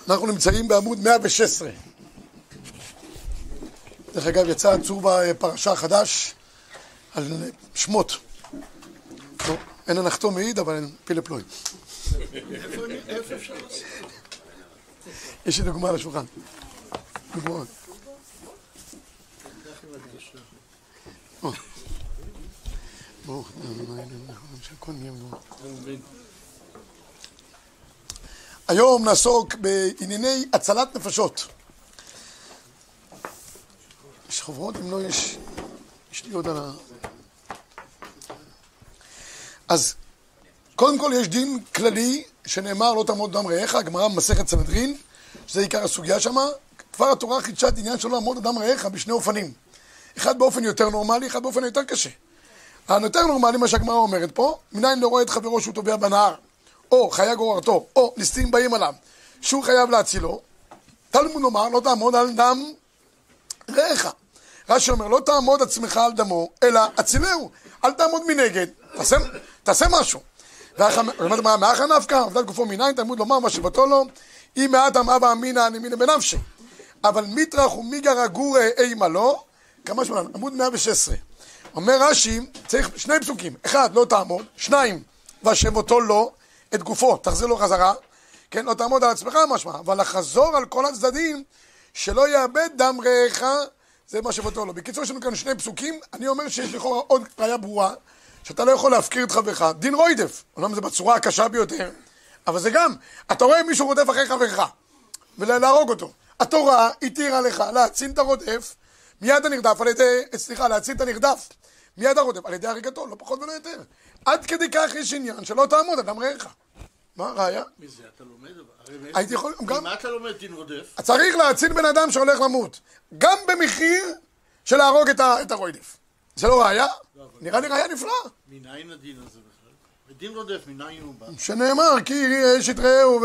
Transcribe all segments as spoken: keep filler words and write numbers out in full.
אנחנו נמצאים בעמוד מאה ושש עשרה. דרך אגב, יצא צור בפרשה חדש על שמות. לא, אין הנחתו מעיד, אבל אין פילה פלוי. איפה אפשר לעשות? יש לי דוגמה על השולחן. דוגמה. ברוך, שהכל נהיה ברוך. היום נעסוק בענייני הצלת נפשות. יש חברות, אם לא יש, יש לי עוד על ה... אז קודם כל יש דין כללי שנאמר לא תעמוד דם רעך, הגמרא במסכת סנהדרין, שזה עיקר הסוגיה שמה. כבר התורה חידשה את עניין שלא לעמוד דם רעך בשני אופנים. אחד באופן יותר נורמלי, אחד באופן יותר קשה. היותר נורמלי, מה שהגמרא אומרת פה, מניין לא רואה את חברו שהוא טובע בנהר, או חיה גוררתו, או ליסטים באים עליו, שהוא חייב להצילו, תלמוד לומר, לא תעמוד על דם רעך. רש"י אומר, לא תעמוד עצמך על דמו, אלא הצילהו, אל תעמוד מנגד, תעשה, תעשה משהו. ואומרת מה, מאחר נפקא, עבדת גופו מניין, תלמוד לומר, מה שבתו לו, אם מעט אמא ואמינא אנמינא בנפשי. אבל מיטרח ומיגרא גורא אימה לו, כמה שמונה, עמוד מאה ושש עשרה. אומר רש"י, צריך שני פסוקים, אחד, לא תעמוד, שניים, והשב אותו לא, את גופו, תחזיר לו חזרה, כן, לא תעמוד על עצמך משמע, אבל לחזור על כל הצדדים, שלא יאבד דם רעך, זה מה שבתו לו. בקיצור, יש לנו כאן שני פסוקים, אני אומר שיש לכאורה עוד ראיה ברורה, שאתה לא יכול להפקיר את חברך, דין רוידף, אומנם זה בצורה הקשה ביותר, אבל זה גם, אתה רואה מישהו רודף אחרי חברך, ולהרוג אותו, התורה התירה לך להציל את הרודף, מיד הנרדף על ידי, סליחה, להציל את הנרדף, מיד הרודף, על ידי הריגתו, לא פחות ולא יותר. עד כדי כך יש עניין שלא תעמוד אדם רעך. מה ראיה? מזה אתה לומד? הייתי יכול... מה אתה לומד דין רודף? צריך להציל בן אדם שהולך למות, גם במחיר של להרוג את הרודף. זה לא ראיה? נראה לי ראיה נפלא. מניין הדין הזה בכלל? ודין רודף, מניין הוא בא? שנאמר, כי יש את רעהו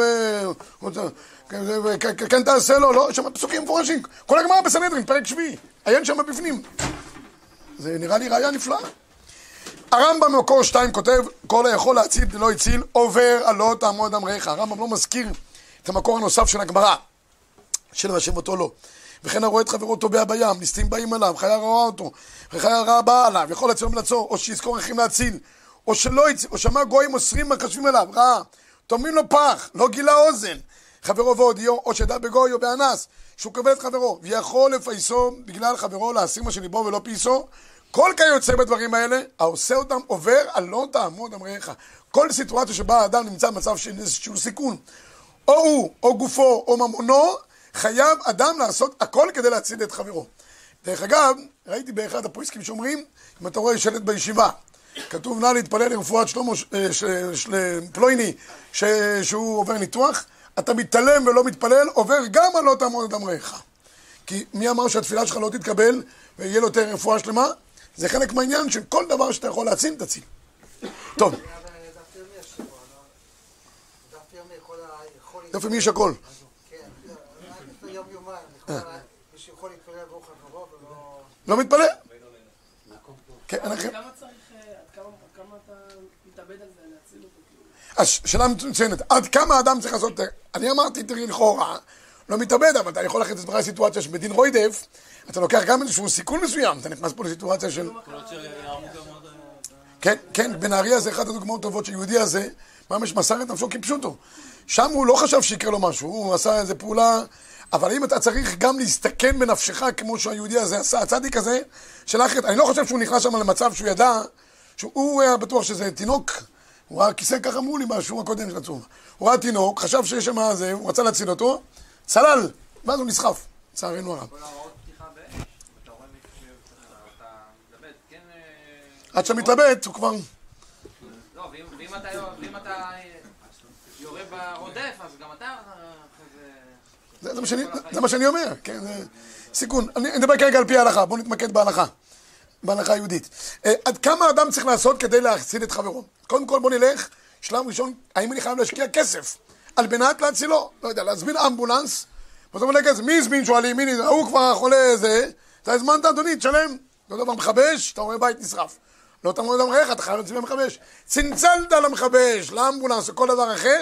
וכן תעשה לו, לא? יש שם פסוקים מפורשים. כל הגמרא בסנהדרין, פרק שביעי. עיין שם בפנים. זה נראה לי ראיה נפלאה. הרמב"ם במקור שתיים כותב, כל היכול להציל ולא הציל, עובר על לא תעמוד דם רעך. הרמב"ם לא מזכיר את המקור הנוסף של הגמרא, של והשב אותו לא. וכן הרואה את חברו טובע בים, ליסטים באים עליו, חיה רואה אותו, וחיה רעה באה עליו, יכול להציל ולעצור, או שיזכור אחרים להציל, או שלא יציל, או שמע גויים אוסרים מקשבים אליו, רעה, תאמין לו פח, לא גילה אוזן, חברו והודיו, או שדע בגוי או באנס, שהוא כבל את חברו, ויכול לפייסו בגלל חברו להסיר מה שליבו ולא פייסו, כל כיוצא בדברים האלה, העושה אותם עובר על לא תעמוד דם רעך. כל סיטואציה שבה האדם נמצא במצב של איזשהו סיכון, או הוא, או גופו, או ממונו, חייב אדם לעשות הכל כדי להציל את חברו. דרך אגב, ראיתי באחד הפויסקים שאומרים, אם אתה רואה שלט בישיבה, כתוב נא להתפלל לרפואת שלמה פלויני, שהוא עובר ניתוח, אתה מתעלם ולא מתפלל, עובר גם על לא תעמוד דם רעך. כי מי אמר שהתפילה שלך לא תתקבל ויהיה לו יותר רפואה שלמה? זה חלק מהעניין של כל דבר שאתה יכול להציל, תציל. טוב. דף יומי יש הכל. לא מתפלל? כן, אנחנו... כמה צריך, כמה אתה מתאבד על זה להציל אותו? אז שאלה מצוינת, עד כמה האדם צריך לעשות... אני אמרתי, תראי לכאורה, לא מתאבד, אבל אתה יכול לקחת את זה סיטואציה שבדין רוידף, אתה לוקח גם איזשהו סיכון מסוים, אתה נכנס פה לסיטואציה של... כן, כן, בנהריה זה אחת הדוגמאות טובות שיהודי הזה, ממש מסר את נפשו כפשוטו. שם הוא לא חשב שיקרה לו משהו, הוא עשה איזו פעולה, אבל אם אתה צריך גם להסתכן בנפשך כמו שהיהודי הזה עשה, הצדיק הזה, של אחרת, אני לא חושב שהוא נכנס שם למצב שהוא ידע, שהוא היה בטוח שזה תינוק, הוא ראה כיסא ככה מולי בשיעור הקודם של הצום. הוא ראה תינוק, חשב שיש שם הזה, הוא רצה להציל אותו, צלל, ואז הוא נסחף, צערנו הרב. עד שמתלבט, הוא כבר... לא, ואם אתה יורה ברודף, אז גם אתה... זה מה שאני אומר, כן, זה סיכון. אני מדבר כרגע על פי ההלכה, בואו נתמקד בהלכה, בהלכה היהודית. עד כמה אדם צריך לעשות כדי להציל את חברו? קודם כל בואו נלך, שלב ראשון, האם אני חייב להשקיע כסף על מנת להצילו? לא יודע, להזמין אמבולנס, ואתה אומר לכזה, מי הזמין שואלים, מי נזמין, הוא כבר חולה זה, אתה הזמנת אדוני, תשלם, לא דבר מחבש, אתה רואה בית נשרף. לא תעמוד דם רעך, אתה חייב להציל במחבש. צנצלת למחבש, לאמבולנס או כל דבר אחר,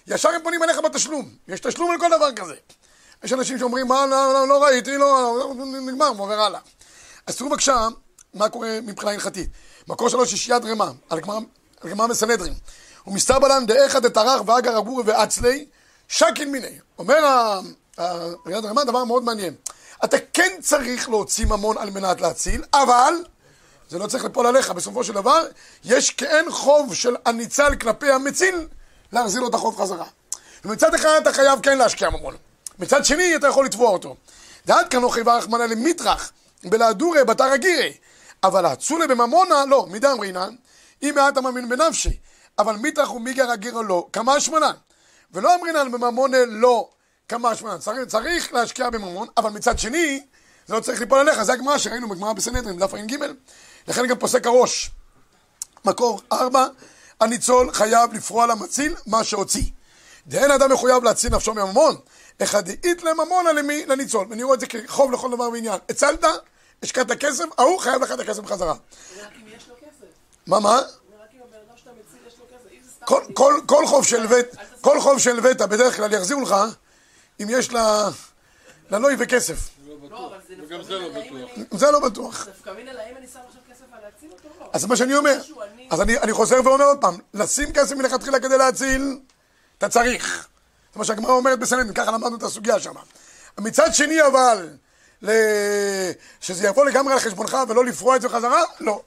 ישר הם פונים אליך בתשלום. יש תשלום על כל דבר כזה. יש אנשים שאומרים, מה, לא, לא, לא ראיתי, לא, נגמר, ועובר הלאה. אז תראו בבקשה, מה קורה מבחינה הלכתית. מקור שלוש יש יד רמה, על גמרא בסנהדרין. הוא מסתבר בלן דאחד דתרח ואגר אגורי ואצלי, שקל מיני. אומר יד רמה דבר מאוד מעניין. אתה כן צריך להוציא ממון על מנת להציל, אבל זה לא צריך לפעול עליך. בסופו של דבר, יש כאין חוב של הניצל כלפי המציל, להחזיר לו את החוב חזרה. ומצד אחד אתה חייב כן להשקיע ממון. מצד שני אתה יכול לתבוע אותו. דעת כאן לא חייבה רחמנא למטרח, בלהדורי בתר הגירי. אבל האצולה בממונה, לא, מדם רינן, אם מעט המאמין בנפשי. אבל מטרח ומיגר הגירה לא, כמה שמנן. ולא אמרינן בממונה לא, כמה שמנן. צריך, צריך להשקיע בממון, אבל מצד שני, זה לא צריך ליפול עליך. זה הגמרא שראינו בגמרא בסנהדרין, דף ע"ג. לכן גם פוסק הראש. מקור ארבע, הניצול חייב לפרוע למציל מה שהוציא. דהן אדם מחויב להציל נפשו מממון. אחד דאית לממונה למי? לניצול. ואני רואה את זה כחוב לכל דבר בעניין. הצלת, השקעת כסף, ההוא חייב לך את הכסף בחזרה. רק אם יש לו כסף. מה, מה? רק אם הבן אדם שאתה מציל יש לו כסף. אם זה סתם... כל, כל, כל חוב של בית, כל חוב של בית, בדרך כלל יחזירו לך, אם יש לה, לנוי וכסף. לא, אבל זה וגם זה לא בטוח. זה לא בטוח. דווקא מן אלא אם אני שם עכשיו כסף על להציל אותו, לא. אז זה מה שאני אומר. אז אני, אני חוזר ואומר עוד פעם, לשים כסף מלכתחילה כדי להציל, אתה צריך. זה מה שהגמרא אומרת בסנהדרין, ככה למדנו את הסוגיה שם. מצד שני אבל, ל... שזה יבוא לגמרי על חשבונך ולא לפרוע את זה בחזרה, לא.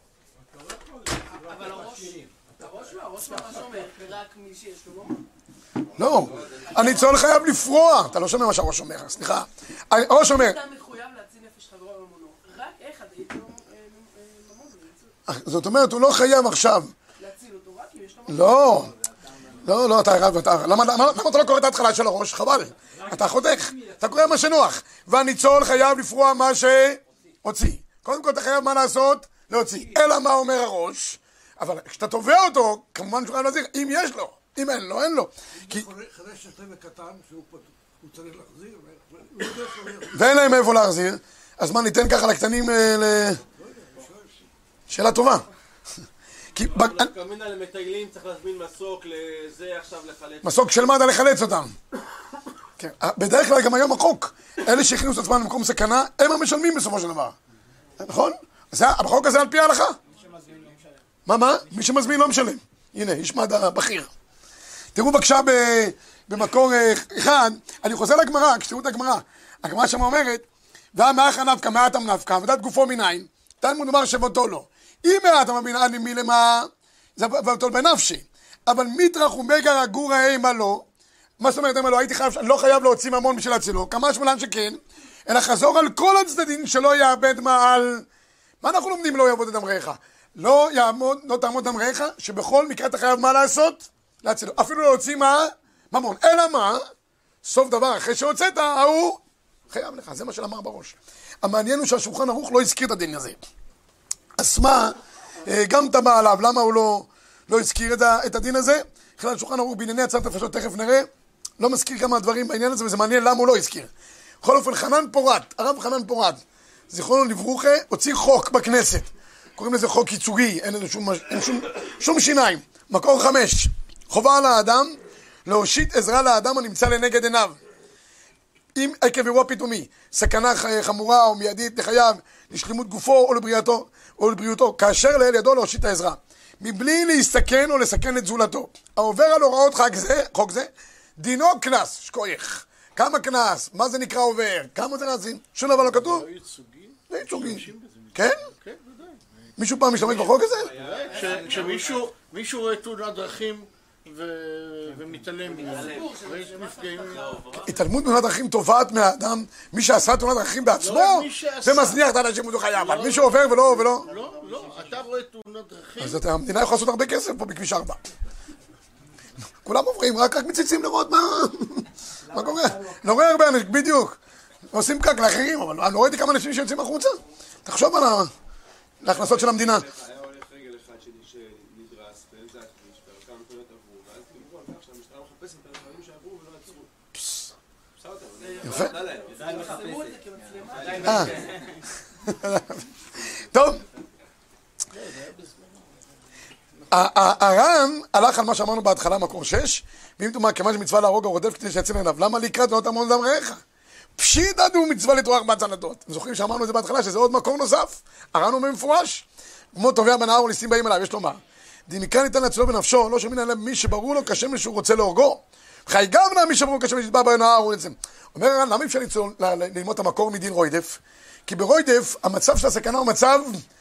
אבל הראש, הראש לא, הראש ממש אומר, ורק מי שיש לו ממון. לא, הניצול חייב לפרוע. אתה לא שומע מה שהראש אומר, סליחה. הראש אומר... אתה מחויב להציל נפש חברו ממונו. רק איך עדיין לו ממון להציל. זאת אומרת, הוא לא חייב עכשיו. להציל אותו רק אם יש לו ממון. לא. לא, לא, אתה רב, אתה... למה, למה, למה אתה לא קורא את ההתחלה של הראש? חבל. אתה חותך. אתה קורא מה שנוח. והניצול חייב לפרוע מה שהוציא. קודם כל אתה חייב מה לעשות? להוציא. אלא מה אומר הראש? אבל כשאתה תובע אותו, כמובן שהוא חייב להחזיר. אם יש לו. אם אין לו, אין לו. כי... חדש שתה וקטן שהוא צריך להחזיר, הוא יודע שהוא יחזיר. ואין להם איפה להחזיר. אז מה, ניתן ככה לקטנים ל... שאלה טובה. כי... כמינה למטיילים צריך להזמין מסוק לזה עכשיו לחלץ. מסוק של מד"א לחלץ אותם. כן. בדרך כלל גם היום החוק. אלה שהכניסו את עצמם למקום סכנה, הם המשלמים בסופו של דבר. נכון? החוק הזה על פי ההלכה. מה, מה? מי שמזמין לא משלם. הנה, איש מד"א בכיר. תראו בבקשה במקור אחד, אני חוזר לגמרא, כשתראו את הגמרא. הגמרא שם אומרת, והמאח הנפקא, מעטם נפקא, ודעת גופו מניין, תלמוד אומר שבותו לו. אם מעטם המנהל מלמה, זה ובתו בנפשי. אבל מטרח ומגר אגורא אימה לא, מה זאת אומרת, אימה לא, הייתי חייב, לא חייב להוציא ממון בשביל להצילו, כמה שמלן שכן, אלא חזור על כל הצדדים שלא יאבד מעל... מה אנחנו לומדים לא יעבוד את דם רעך? לא יעמוד, לא תעמוד דם רעך, שבכל מקרה אתה חייב מה לעשות? להצילו. אפילו לא להוציא מה? ממון. אלא מה? סוף דבר, אחרי שהוצאת, ההוא חייב לך. זה מה שאמר בראש. המעניין הוא שהשולחן ערוך לא הזכיר את הדין הזה. אז מה, גם תמה עליו, למה הוא לא, לא הזכיר את הדין הזה? בכלל שולחן ערוך בענייני הצלת נפשות, תכף נראה, לא מזכיר כמה דברים בעניין הזה, וזה מעניין למה הוא לא הזכיר. בכל אופן, חנן פורת, הרב חנן פורת, זיכרונו לברוכה, הוציא חוק בכנסת. קוראים לזה חוק ייצוגי, אין לזה שום, אין שום, שום שיניים. מקור חמש, חובה על האדם להושיט עזרה לאדם הנמצא לנגד עיניו. אם עקב אירוע פתאומי, סכנה חמורה או מיידית לחייו, לשלימות גופו או לבריאותו, או לבריאותו, כאשר לאל ידו להושיט את העזרה, מבלי להסתכן או לסכן את זולתו. העובר על הוראות חוק זה, חוק זה, דינו קנס, שקוייך. כמה קנס? מה זה נקרא עובר? כמה זה רזים? שום דבר לא כתוב? לא ייצוגי? זה ייצוגי. משתמשים בזה. כן? כן, ודאי. מישהו פעם משתמש בחוק הזה? כש- כשמישהו מישהו רואה תאונת דרכים ו- ומתעלם מזה, ויש נפגעים... התעלמות בתאונת דרכים תובעת מהאדם, מי שעשה תאונת דרכים בעצמו, לא, מי שעשה. זה מזניח את האנשים הוא חייב, אבל מי שעובר ולא, ולא... לא, לא, אתה רואה תאונת דרכים, אז המדינה יכולה לעשות הרבה כסף פה בכביש ארבע. כולם עוברים, רק רק מציצים לראות מה... מה קורה? לא רואה הרבה אנשים, בדיוק. עושים פקק לאחרים, אבל אני לא ראיתי כמה אנשים שיוצאים החוצה. תחשוב על ההכנסות של המדינה. היה הולך רגל אחד שנדרס באמצע הכביש, וכמה מכוניות עברו, ואז דיברו על כך שהמשטרה מחפשת את הדברים שעברו ולא עצרו. יפה. שימו את זה כמצלמה. אה. טוב. הר"ן הלך על מה שאמרנו בהתחלה, מקור שש, ואם תאמר, כיוון שמצווה להרוג הרודף כדי שיציל עליו, למה לקראת לא תעמוד דם רעך? פשיטא דהו מצווה לטרוח בהצלתו. אתם זוכרים שאמרנו את זה בהתחלה, שזה עוד מקור נוסף? הר"ן אומר במפורש, כמו טובע בנהר וליסטים באים אליו, יש לומר. דמכאן ניתן להצילו בנפשו, לא שמין עליו מי שברור לו כשם שהוא רוצה להורגו. חי גם לה מי שברור כשם שנתבע בנהר ולצם. אומר הר"ן, למה אפשר ללמוד את המקור מדין רוידף? כי ברוידף המצב של הסכנה הוא מצב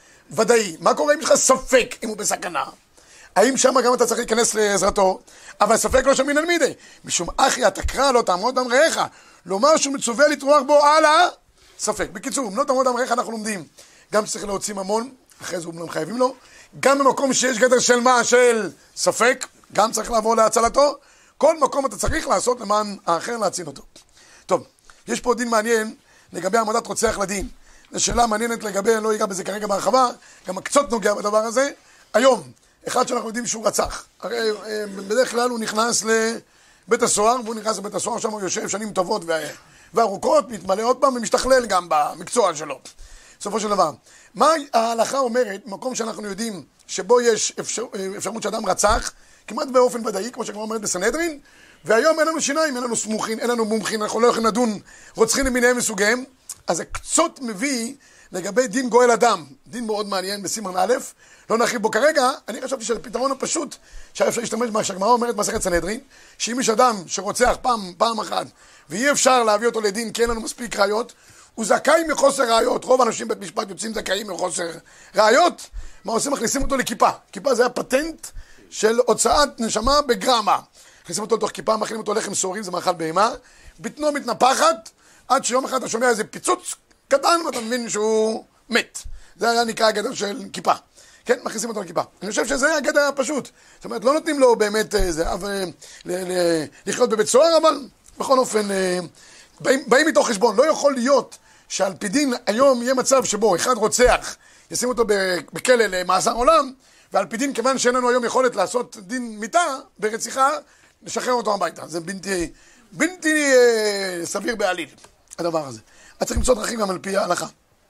ודאי. מה קורה אם יש לך ספק אם הוא בסכנה? האם שם גם אתה צריך להיכנס לעזרתו? אבל ספק לא שמין על מידי. משום אחי התקרא לא תעמוד דם רעך. לומר שהוא מצווה לטרוח בו על הספק. בקיצור, אם לא תעמוד דם רעך אנחנו לומדים. גם שצריך להוציא ממון, אחרי זה אומנם חייבים לו. גם במקום שיש גדר של מה? של ספק, גם צריך לעבור להצלתו. כל מקום אתה צריך לעשות למען האחר להציל אותו. טוב, יש פה דין מעניין לגבי העמדת רוצח לדין. זו שאלה מעניינת לגבי, אני לא אגע בזה כרגע בהרחבה, גם הקצות נוגע בדבר הזה. היום, אחד שאנחנו יודעים שהוא רצח, הרי בדרך כלל הוא נכנס לבית הסוהר, והוא נכנס לבית הסוהר, שם הוא יושב שנים טובות וארוכות, מתמלא עוד פעם ומשתכלל גם במקצוע שלו. בסופו של דבר, מה ההלכה אומרת, מקום שאנחנו יודעים שבו יש אפשר, אפשרות שאדם רצח, כמעט באופן ודאי, כמו שכבר אומרת בסנהדרין, והיום אין לנו שיניים, אין לנו סמוכים, אין לנו מומחים, אנחנו לא יכולים לדון רוצחים למיניהם מסוגיהם, אז הקצות מביא לגבי דין גואל אדם, דין מאוד מעניין בסימן א', לא נרחיב בו כרגע, אני חשבתי שהפתרון הפשוט, שהיה אפשר להשתמש מה שהגמרא אומרת מסכת סנהדרין, שאם יש אדם שרוצח פעם, פעם אחת, ואי אפשר להביא אותו לדין כי אין לנו מספיק ראיות, הוא זכאי מחוסר ראיות. רוב האנשים בית משפט יוצאים זכאים מחוסר ראיות. מה עושים? מכניסים אותו לכיפה. כיפה זה היה פטנט של הוצאת נשמה בגרמה. מכניסים אותו לתוך כיפה, מכינים אותו לחם סוהרים, זה מאכל בהמה. בטנו מתנפחת, עד שיום אחד אתה שומע איזה פיצוץ קטן, ואתה מבין שהוא מת. זה היה נקרא הגדר של כיפה. כן, מכניסים אותו לכיפה. אני חושב שזה הגדר הפשוט. זאת אומרת, לא נותנים לו באמת זה, אבל, ל- ל- לחיות בבית סוהר, אבל בכל אופן, באים, באים מתוך חשבון. לא יכול להיות שעל פי דין היום יהיה מצב שבו אחד רוצח, ישים אותו בכלא למאסר עולם, ועל פי דין, כיוון שאין לנו היום יכולת לעשות דין מיתה ברציחה, לשחרר אותו הביתה. זה בלתי, בלתי אה, סביר בעליל, הדבר הזה. אז צריך למצוא דרכים גם על פי ההלכה.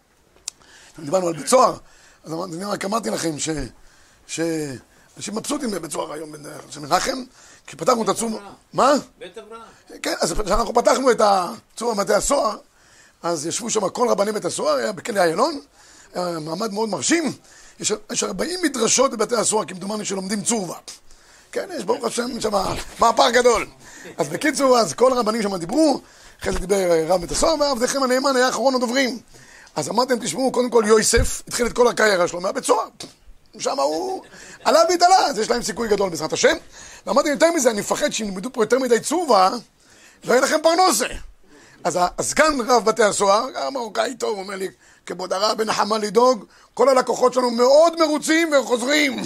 דיברנו על בית סוהר, אז אני רק אמרתי לכם ש... ש... אנשים מבסוטים בבית סוהר היום, של מנחם, כשפתחנו את הצום... מה? בית אברהם. כן, אז כשאנחנו פתחנו את הצום במטה הסוהר, אז ישבו שם כל רבני בית הסוהר, היה בכלא איילון, היה מעמד מאוד מרשים, יש, יש ארבעים מדרשות בבתי הסוהר, כמדומני שלומדים צורבה. כן, יש ברוך השם שם מהפך גדול. אז בקיצור, אז כל הרבנים שם דיברו, אחרי זה דיבר רב בית הסוהר, ועבדכם הנאמן היה אחרון הדוברים. אז אמרתם, תשמעו, קודם כל יוסף התחיל את כל הקריירה שלו מהבית סוהר. שם הוא עלה והתעלה, אז יש להם סיכוי גדול בעזרת השם. ואמרתי יותר מזה, אני מפחד שאם ילמדו פה יותר מדי צורבה, לא יהיה לכם פרנסה. אז הסגן רב בתי הסוהר, המרוקאי טוב, הוא אומר לי, כבוד הרב בנחמה לדאוג, כל הלקוחות שלנו מאוד מרוצים וחוזרים.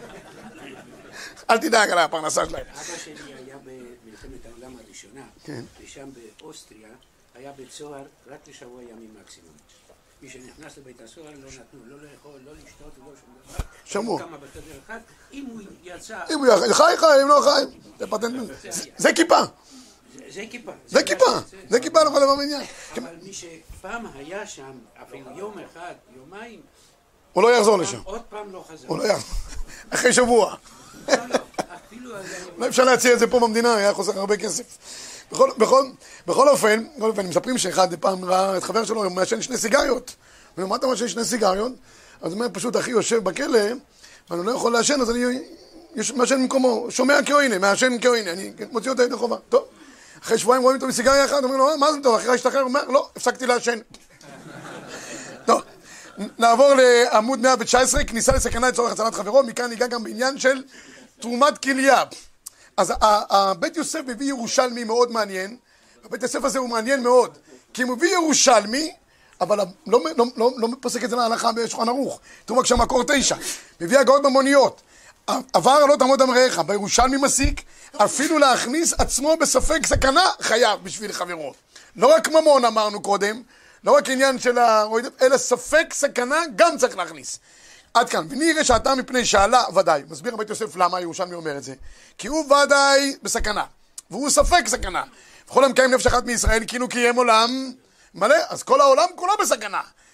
אל תדאג על הפרנסה שלהם. אבא שלי היה במלחמת העולם הראשונה, ושם באוסטריה היה בית סוהר רק לשבוע ימים מקסימום. מי שנכנס לבית הסוהר לא נתנו, לא לאכול, לא לשתות ולא שום דבר. שמעו. כמה בחדר אחד, אם הוא יצא... אם הוא חי, חי, אם לא חי. זה פטנט. זה כיפה. זה כיפה. זה כיפה. זה כיפה לכל דבר בעניין. אבל מי שפעם היה שם, אפילו יום אחד, יומיים... הוא לא יחזור לשם. עוד פעם לא חזר. הוא לא יחזור. אחרי שבוע. לא, לא, אפילו... לא אפשר להציע את זה פה במדינה, היה חוסך הרבה כסף. בכל, בכל, בכל אופן, בכל אופן, מספרים שאחד פעם ראה את חבר שלו, הוא מעשן שני סיגריות. הוא אומר, מה אתה מעשן שני סיגריות? אז הוא אומר, פשוט אחי יושב בכלא, ואני לא יכול לעשן, אז אני מעשן במקומו, שומע כאוינה, מעשן כאוינה, אני מוציא אותה ידי חובה. טוב, אחרי שבועיים רואים אותו בסיגריה אחת, אומר לו, מה זה טוב, אחרי השתחרר, הוא אומר, לא, הפסקתי לעשן. טוב, נעבור לעמוד מאה תשע עשרה, כניסה לסכנה לצורך הצלת חברו, מכאן ניגע גם בעניין של תרומת כליה. אז הבית יוסף מביא ירושלמי מאוד מעניין, הבית יוסף הזה הוא מעניין מאוד, כי הוא מביא ירושלמי, אבל לא, לא, לא, לא פוסק את זה להלכה בשולחן ערוך, תראו שם מקור תשע, מביא הגאות במוניות, עבר לא תעמוד דם רעך, בירושלמי מסיק, אפילו להכניס עצמו בספק סכנה חייב בשביל חברו. לא רק ממון אמרנו קודם, לא רק עניין של הרועדת, אלא ספק סכנה גם צריך להכניס. עד כאן, ונראה שהטעם מפני שאלה ודאי, מסביר הבית יוסף למה ירושלמי אומר את זה, כי הוא ודאי בסכנה, והוא ספק סכנה, וכל המקיים נפש אחת מישראל כאילו קיים עולם מלא, אז כל העולם כולו בסכנה,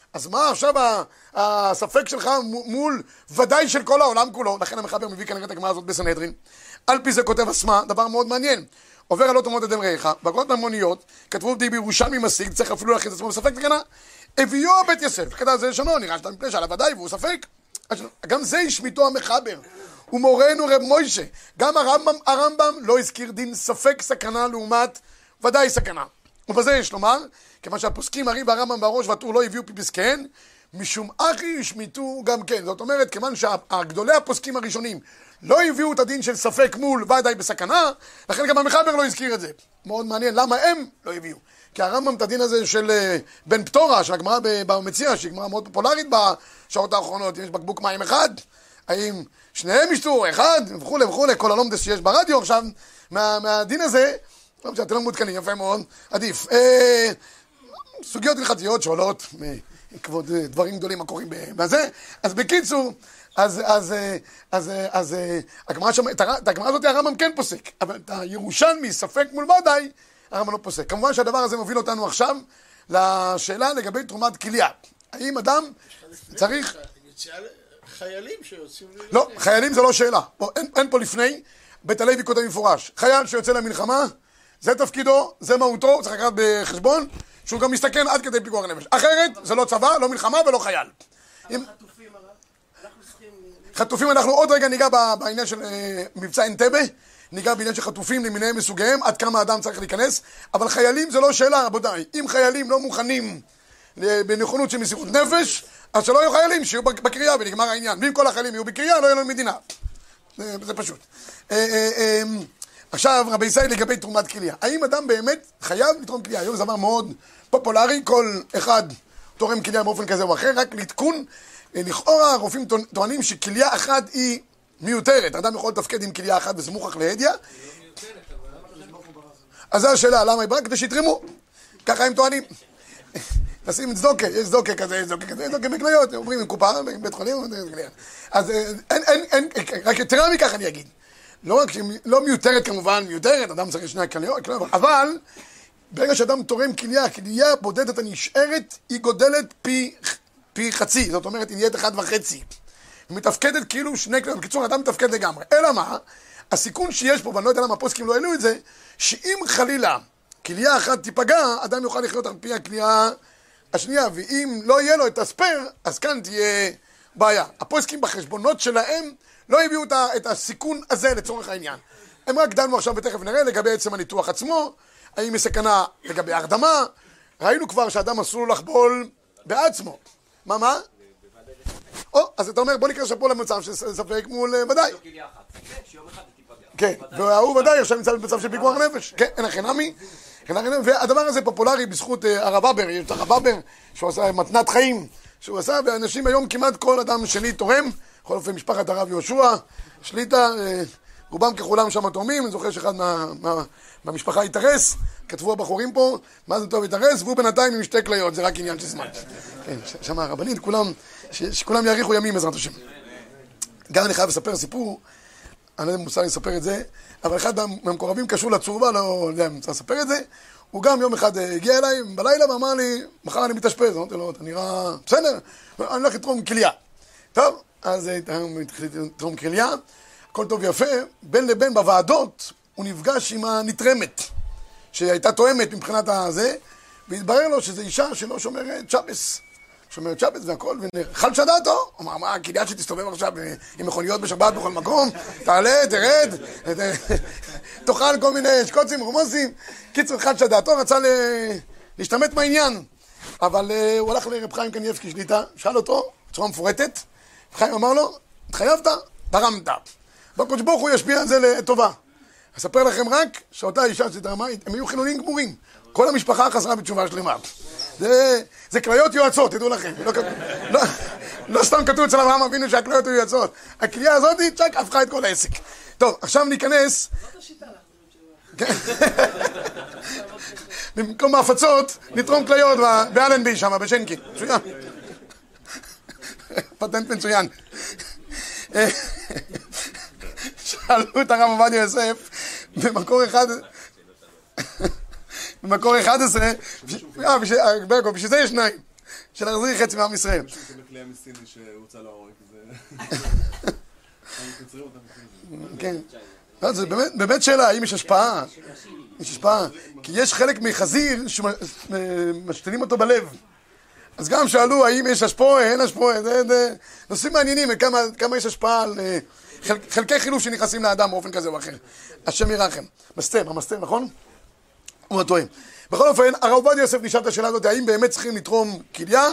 אז מה עכשיו הספק שלך מול ודאי של כל העולם כולו? לכן המחבר מביא כנראה את הגמרא הזאת בסנהדרין. על פי זה כותב אסמה, דבר מאוד מעניין. עובר על אוטומות אדם רעך, בגרות ממוניות, כתבו די בירושלמי משיג, צריך אפילו להכניס עצמו בספק תקנה, הביאו בית יוסף, כתב זה שונו, נראה שאתה מפני שעלה ודאי והוא ספק. גם זה השמיטו המחבר, ומורנו רב מוישה, גם הרמב"ם, הרמב"ם לא הזכיר דין ספק סכנה לעומת ודאי סכנה. ובזה יש לומר, כיוון שהפוסקים הרי והרמב"ם בראש והטור לא הביאו פסקיהן, משום אחי השמיטו גם כן. זאת אומרת, כיוון שהגדולי הפוסקים הראשונים לא הביאו את הדין של ספק מול ודאי בסכנה, לכן גם המחבר לא הזכיר את זה. מאוד מעניין, למה הם לא הביאו? כי הרמב"ם את הדין הזה של בן פטורה, של הגמרא במציאה, שהיא גמרא מאוד פופולרית בשעות האחרונות, יש בקבוק מים אחד, האם שניהם ישתו, אחד, וכו' וכו', כל הלומדס שיש ברדיו עכשיו, מה, מהדין הזה, לא משנה, אתם לא מעודכנים, יפה מאוד, עדיף. אה, סוגיות הלכתיות שעולות, כבוד דברים גדולים הקורים בזה, אז בקיצור, אז, אז, אז, אז, הגמרא שם, את הגמרא הזאת הרמב"ם כן פוסק, אבל את הירושלמי, ספק מול ודאי, הרמב"ם לא פוסק. כמובן שהדבר הזה מוביל אותנו עכשיו לשאלה לגבי תרומת כליה. האם אדם צריך... חיילים שיוצאים... לא, חיילים זה לא שאלה. בוא, אין, אין פה לפני, בית הלוי כותב מפורש. חייל שיוצא למלחמה, זה תפקידו, זה מהותו, צריך לקחת בחשבון, שהוא גם מסתכן עד כדי פיקוח נפש. אחרת, זה לא צבא, לא מלחמה ולא חייל. חטופים הרב, אנחנו צריכים... חטופים, אנחנו עוד רגע ניגע בעניין של מבצע אנטבה, ניגע בעניין של חטופים למיניהם מסוגיהם, עד כמה אדם צריך להיכנס, אבל חיילים זה לא שאלה, רבותיי. אם חיילים לא מוכנים בנכונות של מסירות נפש, אז שלא יהיו חיילים, שיהיו בקריאה ונגמר העניין. ואם כל החיילים יהיו בקריאה, לא יהיו לנו מדינה. זה, זה פשוט. עכשיו, רבי ישראל לגבי תרומת כליה. האם אדם באמת חייב לתרום כליה? היום זה דבר מאוד פופולרי, כל אחד תורם כליה באופן כזה או אחר, רק לתקון. לכאורה, הרופאים טוענים שכליה אחת היא מיותרת. אדם יכול לתפקד עם כליה אחת וסמוך להדיה. אז זו השאלה, למה היא באה? כדי שיתרמו. ככה הם טוענים. נשים את צדוקה, יש צדוקה כזה, יש צדוקה כזה, יש צדוקה בכליות, אומרים עם קופה, בבית חולים, אז אין, אין, אין, רק יתרה מכך אני אגיד. לא רק שהיא לא מיותרת כמובן, מיותרת, אדם צריך שני הכליות, אבל ברגע שאדם תורם כליה, כליה בודדת הנשארת, היא גודלת פי, פי חצי, זאת אומרת, היא נהיית אחד וחצי. היא מתפקדת כאילו שני כליות, בקיצור, אדם מתפקד לגמרי. אלא מה? הסיכון שיש פה, ואני לא יודע למה הפוסקים לא העלו את זה, שאם חלילה כליה אחת תיפגע, אדם יוכל לחיות על פי הכליה השנייה, ואם לא יהיה לו את הספר, אז כאן תהיה בעיה. הפוסקים בחשבונות שלהם לא הביאו את הסיכון הזה לצורך העניין. הם רק דנו עכשיו ותכף נראה לגבי עצם הניתוח עצמו, האם יש סכנה לגבי הרדמה, ראינו כבר שאדם אסור לו לחבול בעצמו. מה, מה? או, אז אתה אומר בוא נקרא שפה למצב של ספק מול ודאי. כן, והוא ודאי עכשיו נמצא במצב של פיקוח נפש. כן, אין הכי נמי. והדבר הזה פופולרי בזכות הרב אבר, יש את הרב אבר שהוא עשה מתנת חיים שהוא עשה, ואנשים היום כמעט כל אדם שני תורם, בכל אופן משפחת הרב יהושע, שליטה, רובם ככולם שם תורמים, אני זוכר שאחד מה, מה, מהמשפחה התארס, כתבו הבחורים פה, מה זה טוב התארס, והוא בינתיים עם שתי כליות, זה רק עניין של זמן. כן, שם הרבנית, כולם, ש, שכולם יאריכו ימים בעזרת השם. גם אני חייב לספר סיפור, אני לא יודע אם מוסר לספר את זה, אבל אחד מהמקורבים קשור לצורבה, לא יודע אם צריך לספר את זה, הוא גם יום אחד הגיע אליי בלילה ואמר לי, מחר אני מתאשפז, אמרתי לו, אתה נראה בסדר, אני הולך לתרום כליה. טוב, אז התחיל לתרום כליה, הכל טוב ויפה, בין לבין בוועדות הוא נפגש עם הנתרמת, שהייתה תואמת מבחינת הזה, והתברר לו שזו אישה שלא שומרת שבס. שומרת שבת והכל, וחל שדתו, הוא אמר, מה, הכליה שתסתובב עכשיו עם מכוניות בשבת בכל מקום, תעלה, תרד, תאכל כל מיני שקוצים, רומוסים, קיצור, חל שדתו, רצה להשתמט מהעניין, אבל הוא הלך לרב חיים קניאבסקי שליטה, שאל אותו, בצורה מפורטת, חיים אמר לו, התחייבת, תרמת, והקדוש ברוך הוא ישפיע על זה לטובה. אספר לכם רק שאותה אישה שתרמה, הם היו חילונים גמורים, כל המשפחה חזרה בתשובה שלמה. זה, זה כליות יועצות, תדעו לכם. לא, לא, לא סתם כתוב אצל אברהם אבינו שהכליות היו יועצות. הכליה הזאת, צ'ק, הפכה את כל העסק. טוב, עכשיו ניכנס... זאת השיטה לך. במקום ההפצות, נתרום כליות באלנבי שם, בשנקי. מצוין. פטנט מצוין. שאלו את הרב עובדיה יוסף, במקור אחד... במקור אחד עשרה, בשביל זה יש שניים. שנחזיר חצי מעם ישראל. מישהו מקבל כלייה מסיני שהוצא להורג, זה... כן. זה באמת שאלה, האם יש השפעה? יש השפעה. כי יש חלק מחזיר שמשתנים אותו בלב. אז גם שאלו האם יש השפעה, אין השפעה, זה נושאים מעניינים, כמה יש השפעה על חלקי חילוף שנכנסים לאדם באופן כזה או אחר. השם ירחם. מסתם, המסתם, נכון? הוא הטועם. בכל אופן, הרב עובדיה יוסף נשאל את השאלה הזאת, האם באמת צריכים לתרום כליה,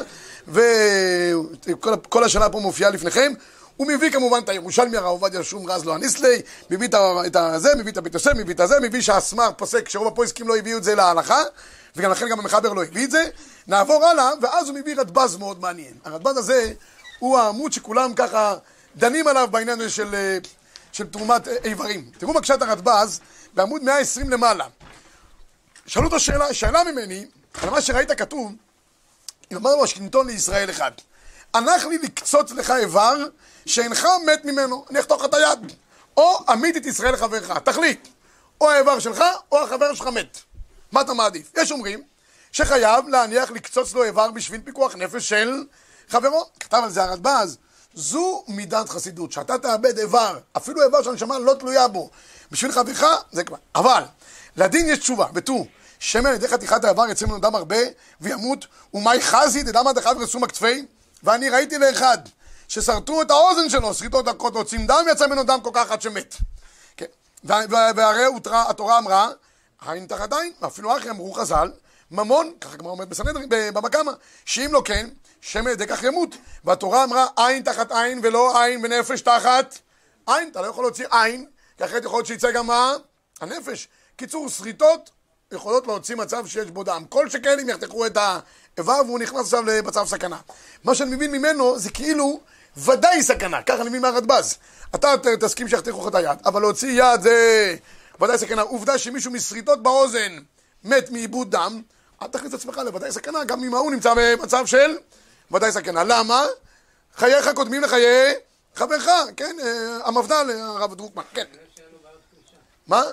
וכל השאלה פה מופיעה לפניכם. הוא מביא כמובן את הירושלמי, הרב עובדיה שום רז לא הניסלי, מביא את זה, מביא את הבית יוסף, מביא את זה, מביא שהסמ"ר פוסק, שרוב הפוסקים לא הביאו את זה להלכה, וגם לכן גם המחבר לא הביא את זה. נעבור הלאה, ואז הוא מביא רדב"ז מאוד מעניין. הרדב"ז הזה הוא העמוד שכולם ככה דנים עליו בעניין הזה של, של תרומת איברים. תראו בבקשה את הרדב"ז, בעמוד מאה ועשרים למעלה. שאלו אותו שאלה, שאלה ממני, על מה שראית כתוב, אם אמר לו השכינתון לישראל אחד, הנח לי לקצוץ לך איבר שאינך מת ממנו, אני אחתוך את היד, או עמית את ישראל לחברך, תחליט, או האיבר שלך או החבר שלך מת, מה אתה מעדיף? יש אומרים שחייב להניח לקצוץ לו איבר בשביל פיקוח נפש של חברו, כתב על זה הרדב"ז, זו מידת חסידות, שאתה תאבד איבר, אפילו איבר שהנשמה לא תלויה בו, בשביל חברך זה כבר, אבל לדין יש תשובה, ותו, שמן על ידי חתיכת האיבר יצא ממנו דם הרבה וימות, ומאי חזי דדם עד אחד ורסום הכתפי, ואני ראיתי לאחד ששרטו את האוזן שלו, שריטו את דקות, הוצאים דם, יצא ממנו דם כל כך עד שמת. כן. והרי התורה אמרה, עין תחת עין, ואפילו אחרי אמרו חז"ל, ממון, ככה כמו עומד בסנהדרין, בבבא קמא, שאם לא כן, שמן על ידי כך ימות. והתורה אמרה, עין תחת עין ולא עין ונפש תחת עין. אתה לא יכול להוציא עין, כי אחרת יכול להיות שיצא גם מה? הנפש. קיצור, שריטות יכולות להוציא מצב שיש בו דם. כל שכן אם יחתכו את האיבר והוא נכנס עכשיו למצב סכנה. מה שאני מבין ממנו זה כאילו ודאי סכנה, ככה אני מבין מהרדב"ז. אתה תסכים שיחתכו לך את היד, אבל להוציא יד זה ודאי סכנה. עובדה שמישהו משריטות באוזן מת מאיבוד דם, אל תכניס את עצמך לוודאי סכנה, גם אם הוא נמצא במצב של ודאי סכנה. למה? חייך קודמים לחיי חברך, כן? המפד"ל, הרב דרוקמן, כן. מה?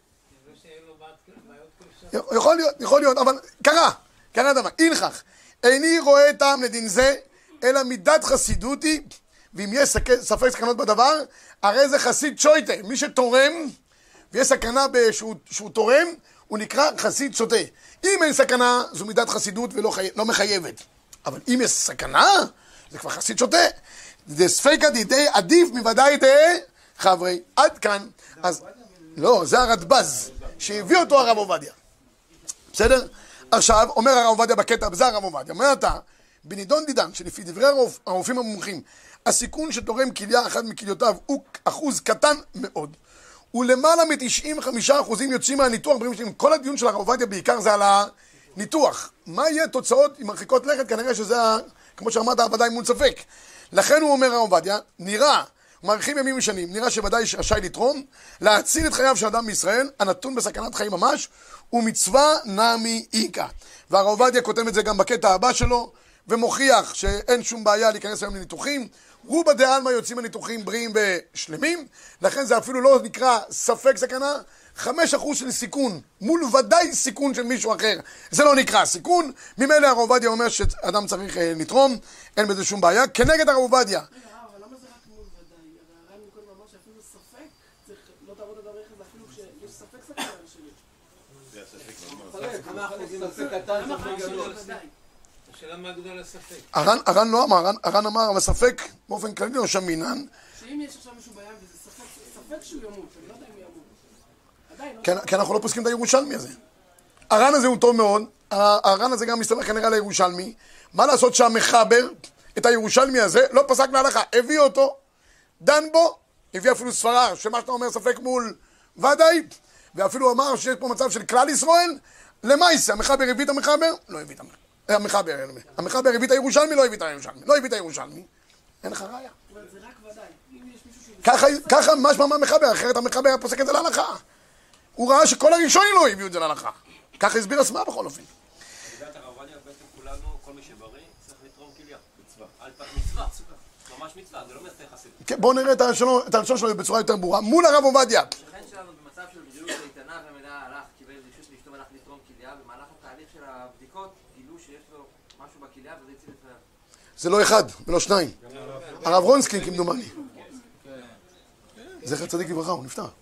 יכול להיות, יכול להיות, אבל קרה, קרה דבר, אינכך, איני רואה טעם לדין זה, אלא מידת חסידותי, ואם יש ספק סכנות בדבר, הרי זה חסיד שויטה, מי שתורם, ויש סכנה שהוא, שהוא תורם, הוא נקרא חסיד שוטה. אם אין סכנה, זו מידת חסידות ולא חי... לא מחייבת. אבל אם יש סכנה, זה כבר חסיד שוטה. זה ספקא דידי עדיף מוודאי תהא חברי. עד כאן. אז, לא, זה הרדב"ז, שהביא אותו הרב עובדיה. בסדר? עכשיו, אומר הרב עובדיה בקטע, בזה הרב עובדיה, אומר אתה, בנידון דידן, שלפי דברי הרופ, הרופאים המומחים, הסיכון שתורם כליה אחת מכליותיו הוא אחוז קטן מאוד. ולמעלה מ-תשעים וחמישה אחוזים יוצאים מהניתוח. כל הדיון של הרב עובדיה בעיקר זה על הניתוח. מה יהיה תוצאות עם מרחיקות לכת? כנראה שזה, כמו שאמרת, ודאי מול ספק. לכן הוא אומר הרב עובדיה, נראה, מעריכים ימים ושנים, נראה שוודאי רשאי לתרום, להציל את חייו של אדם בישראל, הנתון בסכנת חיים ממש, ומצווה נמי איקה. והרב עובדיה כותב את זה גם בקטע הבא שלו, ומוכיח שאין שום בעיה להיכנס היום לניתוחים. רובה דעלמא יוצאים הניתוחים בריאים ושלמים, לכן זה אפילו לא נקרא ספק סכנה, חמש אחוז של סיכון, מול ודאי סיכון של מישהו אחר, זה לא נקרא סיכון. ממילא הרב עובדיה אומר שאדם צריך לתרום, אין בזה שום בעיה, כנגד הרב עובדיה. רגע, אבל למה זה רק מול ודאי? הרב מקודם אמר שאפילו ספק, צריך לא תעבוד את הרכב, אפילו כשיש ספק סכנה שלי. כמה אחוזים ספק קטן זה הכי גדול. השאלה מה גדול הספק. הר"ן לא אמר, הר"ן אמר, אבל ספק באופן כללי לא שם מינן. שאם יש עכשיו מישהו בים וזה ספק, ספק שהוא ימות, אני לא יודע אם ימות. עדיין, לא? כי אנחנו לא פוסקים את הירושלמי הזה. הר"ן הזה הוא טוב מאוד, הר"ן הזה גם מסתמך כנראה על הירושלמי. מה לעשות שהמחבר את הירושלמי הזה לא פסק להלכה, הביא אותו, דן בו, הביא אפילו סברה, שמה שאתה אומר ספק מול ודאי, ואפילו אמר שיש פה מצב של כלל ישראל, למעשה, המחבר הביא את המחבר, לא הביא את המחבר. המחבר, המחבר הביא את הירושלמי, לא הביא את הירושלמי, לא הביא את הירושלמי, אין לך ראיה. אבל זה רק ודאי, אם יש מישהו שהוא... ככה משמע מהמחבר, אחרת המחבר פוסק את זה להלכה. הוא ראה שכל הראשונים לא הביאו את זה להלכה. ככה הסביר עצמה בכל אופן. לדעת הרב עובדיה, בעצם כולנו, כל מי שבריא, צריך לתרום כליה. מצווה. על פת מצווה, ממש מצווה, זה לא מסתכל חסיד. בואו נראה את הלשון שלו בצורה יותר ברורה. מול הרב עובדיה. השכן שלנו במצב של בריאות איתנה והמידע הלך, קיבל רשות לאשתו מלך לתרום כליה, במהלך התהליך של הבדיקות גילו שיש לו משהו בכליה וזה הציל את ה... זה לא אחד, ולא שניים. הרב רונסקין כמדומני. זכר צדיק לברכה, הוא נפטר.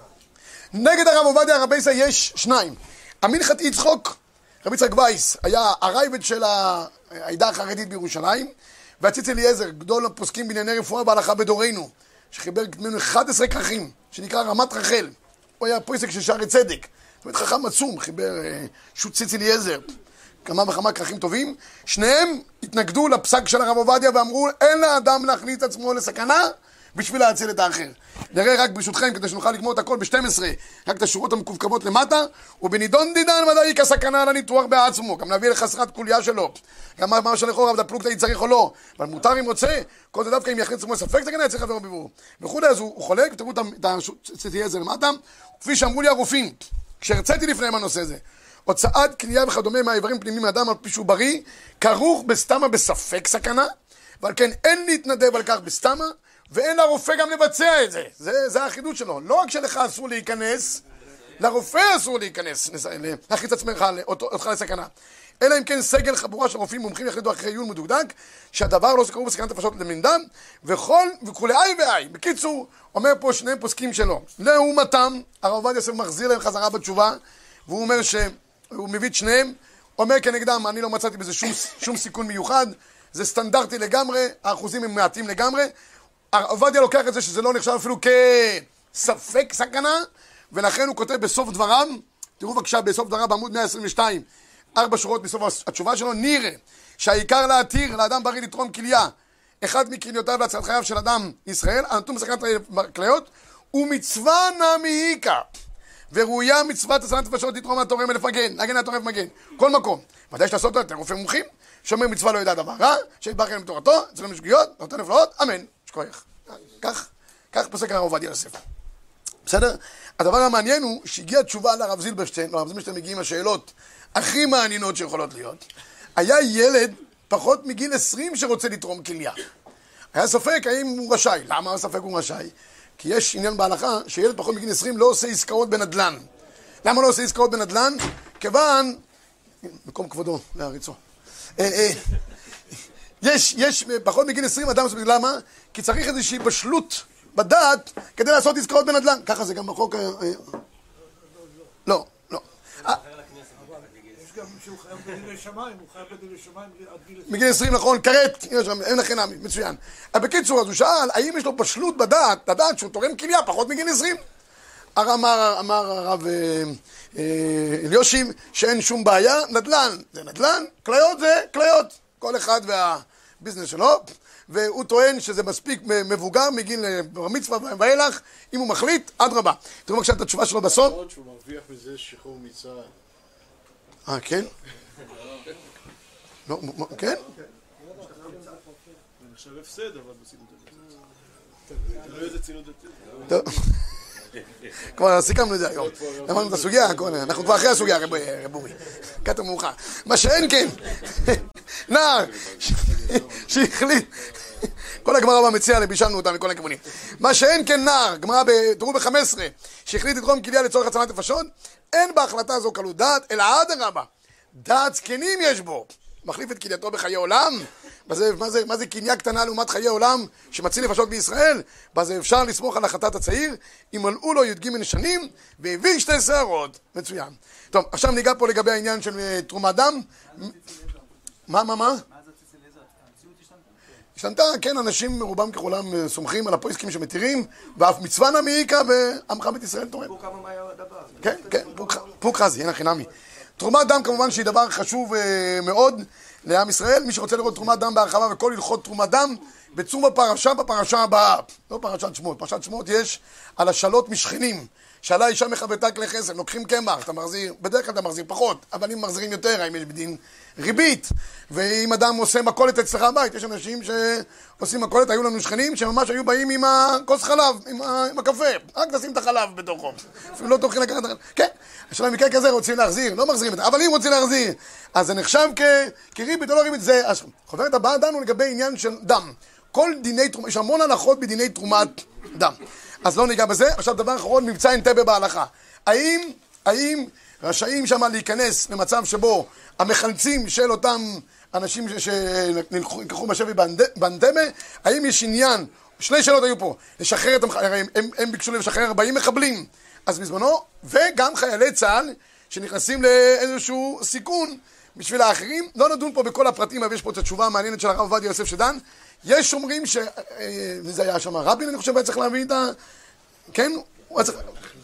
נגד הרב עובדיה רבייסה יש שניים. המנחת יצחוק, רבי יצחק וייס, היה הרייבד של העדה החרדית בירושלים, והציץ אליעזר, גדול הפוסקים בענייני רפואה והלכה בדורנו, שחיבר ממנו אחד עשר כרכים, שנקרא רמת רחל. הוא היה פויסק של שערי צדק. זאת אומרת, חכם עצום, חיבר שו"ת ציץ אליעזר, כמה וכמה כרכים טובים. שניהם התנגדו לפסק של הרב עובדיה ואמרו, אין לאדם להכניס את עצמו לסכנה בשביל להציל את האחר. נראה רק ברשותכם, כדי שנוכל לגמור את הכל ב-שתים עשרה, רק את השורות המקווקוות למטה, ובנידון דידן ודאי כסכנה על הניתוח בעצמו, גם נביא לחסרת קוליה שלו, גם מה שלכאורה עבד הפלוגתא צריך או לא, אבל מותר אם רוצה, כל זה דווקא אם יכניס עצמו ספק סכנה, צריך לעבור בבירור. וכולי, אז הוא חולק, תראו את הציץ זה למטה, כפי שאמרו לי הרופאים, כשהרציתי לפניהם הנושא הזה, הוצאת קנייה וכדומה מהאיברים פנימיים מהאדם על פי שהוא בריא, כרוך בסתמה בספק סכנה, ועל כן אין להתנדב על כך בסתמה, ואין לרופא גם לבצע את זה. זה, זה החידוד שלו. לא רק שלך אסור להיכנס, לרופא אסור להיכנס, להכניס עצמך אותך לסכנה. אלא אם כן סגל חבורה של רופאים מומחים יחליטו אחרי עיון מדוקדק, שהדבר לא סקרו בסכנת נפשות למינדם, וכל, וכולי ואי. בקיצור, אומר פה שני פוסקים שלו. לעומתם, הרב עובדיה יוסף מחזיר להם חזרה בתשובה, והוא אומר שהוא מביא את שניהם, אומר כנגדם, אני לא מצאתי בזה שום, שום סיכון מיוחד, זה סטנדרטי לגמרי, האחוזים הם מעטים לגמרי, עובדיה לוקח את זה שזה לא נחשב אפילו כספק סכנה, ולכן הוא כותב בסוף דבריו, תראו בבקשה בסוף דבריו בעמוד מאה עשרים ושתיים, ארבע שורות בסוף התשובה שלו, נראה שהעיקר להתיר לאדם בריא לתרום כליה, אחד מקריניותיו להצלת חייו של אדם ישראל, הנתון בסכנת כליות, הוא מצווה נמיקה, וראויה מצוות הצלת נפשות לתרום מהתורם ולפגן, להגן התורם ומגן, כל מקום. ודאי שתעשות את רופא מומחים, שאומר מצווה לא ידע דבר רע, שיתברך אלוהים בתורתו, אצלנו משגיאות, נותן נפלאות, אמן. שכוח. כך, כך פוסק הרב עובדיה יוסף. בסדר? הדבר המעניין הוא שהגיעה תשובה לרב זילברשטיין, לרב זילברשטיין מגיעים השאלות הכי מעניינות שיכולות להיות. היה ילד פחות מגיל עשרים שרוצה לתרום כליה. היה ספק האם הוא רשאי. למה הספק הוא רשאי? כי יש עניין בהלכה שילד פחות מגיל עשרים לא עושה עסקאות בנדלן. למה לא עושה עסקאות בנדלן? כיוון, מקום כבודו להריצו. יש, יש פחות מגיל עשרים אדם, למה? כי צריך איזושהי בשלות בדעת כדי לעשות עסקאות בנדלן. ככה זה גם בחוק... לא, לא. יש גם שהוא חייב בדיני שמיים, הוא חייב בדיני שמיים עד גיל עשרים. מגיל עשרים, נכון, כרת, אין לכם נמי, מצוין. בקיצור, אז הוא שאל, האם יש לו בשלות בדעת, לדעת שהוא תורם כליה פחות מגיל עשרים? אמר הרב אליושיב שאין שום בעיה, נדלן זה נדלן, כליות זה כליות. כל אחד והביזנס שלו, והוא טוען שזה מספיק מבוגר מגיל בר מצווה ואילך, אם הוא מחליט, עד רבה. תראו בבקשה את התשובה שלו בסוף. עוד שהוא מרוויח מזה שחרור מצרים. אה, כן? לא, כן? אני חושב הפסד, אבל בצינות דתית. תלוי איזה צינות דתית. טוב. כבר סיכמנו את זה היום. אמרנו את הסוגיה, אנחנו כבר אחרי הסוגיה, רבורי. קטע מאוחר. מה שאין כן, נער שהחליט, כל הגמרא במציאה לבישלנו אותה מכל הכיוונים. מה שאין כן נער, גמרא תראו ב-חמש עשרה, שהחליט לתרום כליה לצורך הצלת נפשות, אין בהחלטה הזו קלות דעת, אלא אדרבה. דעת זקנים יש בו. מחליף את כלייתו בחיי עולם. בזה, מה זה, מה זה קניה קטנה לעומת חיי עולם שמציל נפשות בישראל? בזה אפשר לסמוך על החטאת הצעיר, אם מלאו לו י"ג שנים והביא שתי שערות. מצוין. טוב, עכשיו ניגע פה לגבי העניין של תרומת דם. מה, מה, מה? השתנתה, כן, אנשים רובם ככולם סומכים על הפויסקים שמתירים, ואף מצווה נמיקה ועמך בית ישראל תורם. כן, כן, פוק חזי, אין הכי נמי. תרומת דם כמובן שהיא דבר חשוב מאוד לעם ישראל. מי שרוצה לראות תרומת דם בהרחבה וכל הלכות תרומת דם, בצום הפרשה בפרשה הבאה. לא פרשת שמות, פרשת שמות יש על השאלות משכנים. שאלה אישה מחבטה כלי חסד, לוקחים קמח, אתה מחזיר, בדרך כלל אתה מחזיר פחות, אבל אם מחזירים יותר, האם יש בדין ריבית, ואם אדם עושה מכולת אצלך הבית, יש אנשים שעושים מכולת, היו לנו שכנים שממש היו באים עם הכוס חלב, עם, ה... עם הקפה, רק תשים את החלב בתוכו, אפילו לא תוכל לקחת את החלב, כן, השאלה מקרה כזה רוצים להחזיר, לא מחזירים את זה, אבל אם רוצים להחזיר, אז זה נחשב כ... כריבית או לא ריבית, זה, חוברת הבאה דנו לגבי עניין של דם, כל דיני תרומה, יש המון הלכות בדיני תרומת דם. אז לא ניגע בזה. עכשיו דבר אחרון, מבצע אנטבה בהלכה. האם, האם רשאים שם להיכנס למצב שבו המחלצים של אותם אנשים שנלקחו בשבי באנטבה, האם יש עניין, שני שאלות היו פה, לשחרר את המחבלים, הם, הם ביקשו לשחרר ארבעים מחבלים, אז בזמנו, וגם חיילי צה"ל שנכנסים לאיזשהו סיכון בשביל האחרים, לא נדון פה בכל הפרטים, אבל יש פה את התשובה המעניינת של הרב עובדיה יוסף שדן, יש אומרים ש... זה היה שם רבין, אני חושב, היה צריך להביא את ה... כן? הוא היה צריך...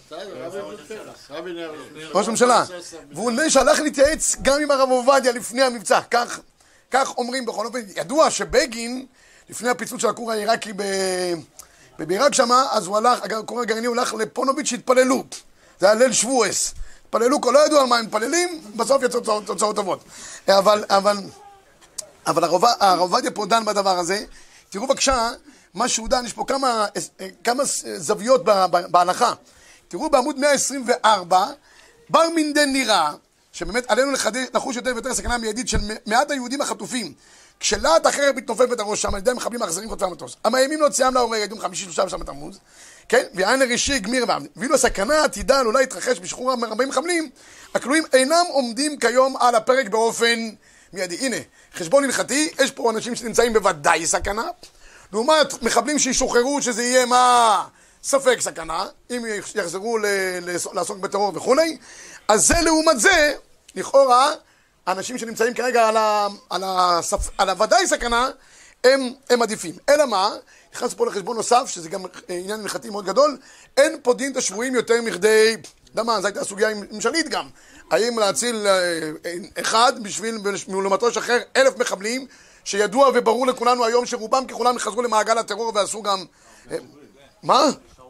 ראש הממשלה, והוא נדמה שהלך להתייעץ גם עם הרב עובדיה לפני המבצע, כך, כך אומרים בכל אופן. ידוע שבגין, לפני הפיצוץ של הכור העיראקי בעיראק שמה, אז הוא הלך, הכור הגרעיני הוא הלך לפונוביץ' שהתפללו, זה היה ליל שבועס, התפללו, לא ידעו על מה הם מתפללים, בסוף יצאו תוצאות טובות. אבל, אבל, אבל הרב עובדיה פה דן בדבר הזה. תראו בבקשה, מה שהוא דן, יש פה כמה, כמה זוויות בהלכה. תראו בעמוד מאה עשרים וארבע, בר מינדן נראה, שבאמת עלינו לחוש יותר ויותר סכנה מיידית של מעט היהודים החטופים. כשלהט אחרת מתנופף את הראש שם, על ידי המחבלים האכזריים חוטפי המטוס. המאיימים להוציאם להורג, יום חמישי שלושה ושם בתמוז, כן? ויען לראשי גמיר ועבד. ואילו הסכנה העתידה עלולה להתרחש בשחרור ארבעים מחבלים, הכלואים אינם עומדים כיום על הפרק באופן מיידי. הנה, חשבון הלכתי, יש פה אנשים שנמצאים בוודאי סכנה, לעומת מחבלים שישוחררו שזה יהיה מה... ספק סכנה, אם יחזרו ל- ל- לעסוק בטרור וכולי, אז זה לעומת זה, לכאורה, האנשים שנמצאים כרגע על, ה- על, הספ- על הוודאי סכנה, הם, הם עדיפים. אלא מה? נכנס פה לחשבון נוסף, שזה גם עניין הלכתי מאוד גדול, אין פה דין את השבויים יותר מכדי, למה? זו הייתה הסוגיה עם שליט גם, האם להציל אחד בשביל מלומתו לשחרר אלף מחבלים, שידוע וברור לכולנו היום שרובם ככולם חזרו למעגל הטרור ועשו גם... מה?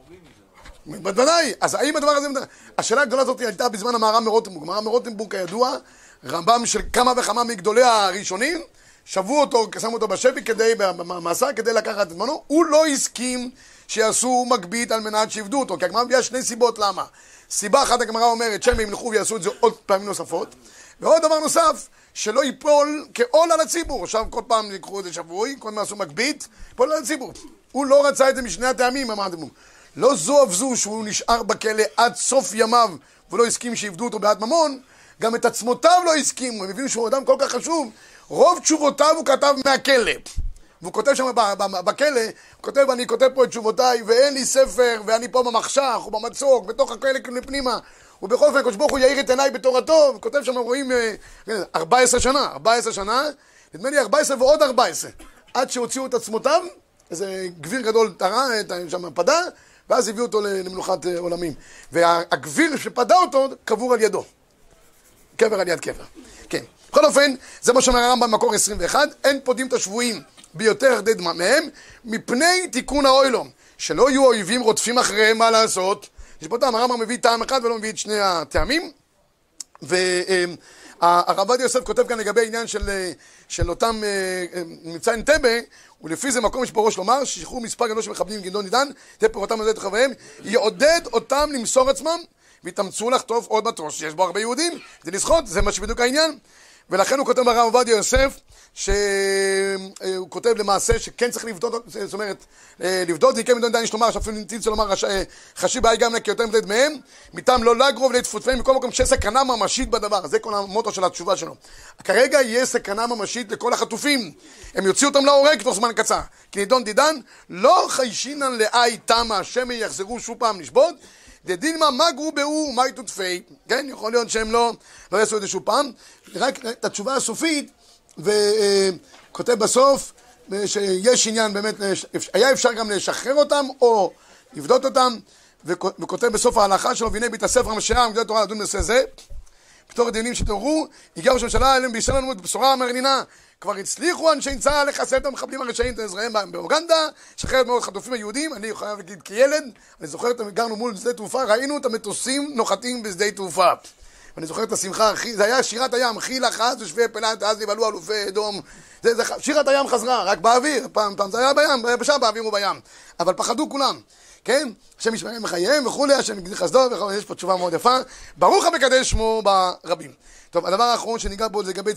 בוודאי. אז האם הדבר הזה... השאלה הגדולה הזאת הייתה בזמן המהר"ם מרוטנבורג. המהר"ם מרוטנבורג כידוע, רמב"ם של כמה וכמה מגדולי הראשונים, שבו אותו, שמו אותו בשבי כדי, במאסר כדי לקחת את זמנו, הוא לא הסכים שיעשו מגבית על מנת שיבדו אותו, כי הגמרא מביאה שני סיבות למה. סיבה אחת הגמרא אומרת שהם ימלכו ויעשו את זה עוד פעמים נוספות, ועוד דבר נוסף, שלא ייפול כעול על הציבור. עכשיו כל פעם יקחו את זה שבוי, כל פעם יעשו מגבית, ייפול על הציבור. הוא לא רצה את זה משני הטעמים, אמרתם. לא זו אף זו שהוא נשאר בכלא עד סוף ימיו ולא הסכים שיבדו אותו בעד ממון, גם את עצמותיו לא הסכים, הם הבינו שהוא אדם כל כך חשוב, רוב תשובותיו הוא כתב מהכלא. והוא כותב שם בכלא, הוא כותב, אני כותב פה את תשובותיי, ואין לי ספר, ואני פה במחשך, או במצוק, בתוך הכלא לפנימה, ובכל אופן, הקדוש ברוך הוא יאיר את עיניי בתורתו, הוא כותב שם, רואים, ארבע עשרה שנה, ארבע עשרה שנה, נדמה לי ארבע עשרה ועוד ארבע עשרה, עד שהוציאו את עצמותיו, איזה גביר גדול טרה, שם פדה, ואז הביאו אותו למנוחת עולמים. והגביר שפדה אותו, קבור על ידו. קבר על יד קבר. כן. בכל אופן, זה מה שאומר הרמב"ם במקור עשרים ואחת, אין פודים את השבויים ביותר ידי דמם, מפני תיקון האוילום, שלא יהיו אויבים רודפים אחריהם מה לעשות. יש פה טעם, הרמב"ם מביא טעם אחד ולא מביא את שני הטעמים. והרב עובדיה יוסף כותב כאן לגבי העניין של, של אותם מבצע אנטבה, ולפי זה מקום יש פה ראש לומר, ששחרור מספר גדול של מחבלים עם גדעון עידן, תהיה פירותם על זה את חבריהם, יעודד אותם למסור עצמם, ויתאמצו לחטוף עוד מטוס שיש בו הרבה יהודים, זה לשחוט, זה מה שבדיוק העניין. ולכן הוא כותב ברב עובדיה יוסף, שהוא כותב למעשה שכן צריך לבדות, זאת אומרת, לבדות, זה כן מדון עדיין יש לומר, שאפילו נציץ לומר, חשי בעי גם כי יותר מדד מהם, מטעם לא לגרוב להתפוצפים, מכל מקום שיש סכנה ממשית בדבר, זה כל המוטו של התשובה שלו. כרגע יש סכנה ממשית לכל החטופים, הם יוציאו אותם להורג תוך זמן קצר, כי נידון דידן, לא חיישינן לאי תמה, שמי יחזרו שוב פעם לשבות, דדילמה מגרו באו מי תותפי, כן, יכול להיות שהם לא, לא יעשו את זה שוב פעם, רק את התשובה הסופית, וכותב בסוף שיש עניין באמת, היה אפשר גם לשחרר אותם או לבדות אותם, וכותב בסוף ההלכה שלו, והנה בית הספר המשעה, מגדולי תורה לדון בנושא זה, בתור הדיונים שתעוררו, הגיע ראש הממשלה אליהם בישר לנו את בשורה המרנינה, כבר הצליחו אנשי צה"ל לחסל את המחבלים הרשעים האזרחיים באוגנדה, שחרר את מאות חטופים היהודים. אני חייב להגיד כילד, אני זוכר, גרנו מול שדה תעופה, ראינו את המטוסים נוחתים בשדה תעופה. ואני זוכר את השמחה, זה היה שירת הים, חיל אחז ושבי פלט, אז נבהלו אלופי אדום. זה, זה, שירת הים חזרה, רק באוויר, פעם, פעם זה היה בים, בשעה באוויר ובים. אבל פחדו כולם, כן? השם ישמרם מחייהם וכולי, השם יגדיל חסדו, ויש פה תשובה מאוד יפה. ברוך המקדש שמו ברבים. טוב, הדבר האחרון שניגע בו זה לגבי...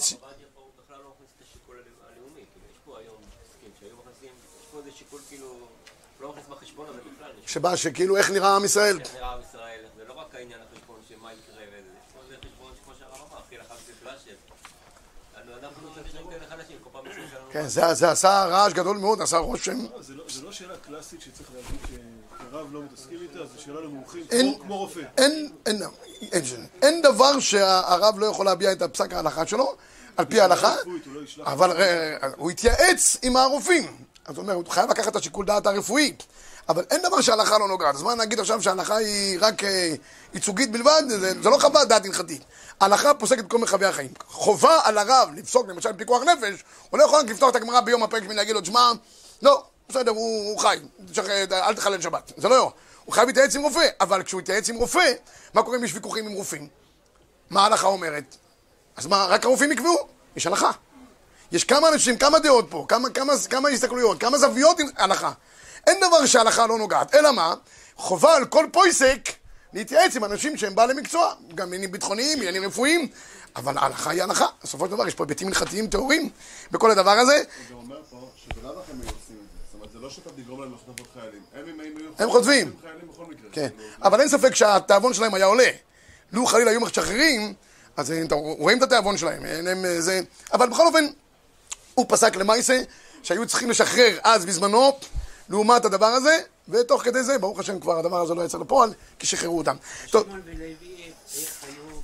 שבא שכאילו איך נראה עם ישראל? איך נראה עם ישראל, זה לא רק העניין החשבון שמה יקרה וזה, זה חשבון שכמו שהרב אמר, חיל אחז ופלשת. כן, זה עשה רעש גדול מאוד, עשה רושם. זה לא שאלה קלאסית שצריך להגיד שרב לא מתעסקים איתה, זה שאלה למומחים, כמו רופא. אין דבר שהרב לא יכול להביע את הפסק ההלכה שלו, על פי ההלכה, אבל הוא התייעץ עם הרופאים. זאת אומרת, הוא חייב לקחת את השיקול דעת הרפואי, אבל אין דבר שההלכה לא נוגעת. אז מה נגיד עכשיו שההלכה היא רק ייצוגית בלבד? זה לא חוות דעת הלכתית. ההלכה פוסקת כל מרחבי החיים. חובה על הרב לפסוק, למשל פיקוח נפש, הוא לא יכול רק לפתוח את הגמרא ביום הפרק ולהגיד לו, תשמע, לא, בסדר, הוא חי, אל תחלל שבת. זה לא, הוא חייב להתייעץ עם רופא, אבל כשהוא יתייעץ עם רופא, מה קורה אם יש ויכוחים עם רופאים? מה ההלכה אומרת? אז מה, רק הרופאים יקבעו? יש הלכה. יש כמה אנשים, כמה דעות פה, כמה, כמה, כמה הסתכלויות, כמה זוויות הלכה. אין דבר שההלכה לא נוגעת, אלא מה? חובה על כל פויסק להתייעץ עם אנשים שהם בעלי מקצוע, גם עניינים ביטחוניים, עניינים רפואיים, אבל ההלכה היא הלכה. בסופו של דבר יש פה היבטים הלכתיים טהורים בכל הדבר הזה. זה אומר פה שבלעד לכם הם עושים את זה. זאת אומרת, זה לא שאתה תגרום להם לחטוף חיילים. הם חוטבים. כן, אבל אין ספק שהתאבון שלהם היה עולה. לו חלילה היו משחררים, אז רואים את התאבון שלהם. אבל בכל אופן, הוא פסק למעשה שהיו צריכים לשחרר אז בזמנו לעומת הדבר הזה, ותוך כדי זה, ברוך השם, כבר הדבר הזה לא יצא לפועל, כי שחררו אותם. שמעון ולוי, איך היו...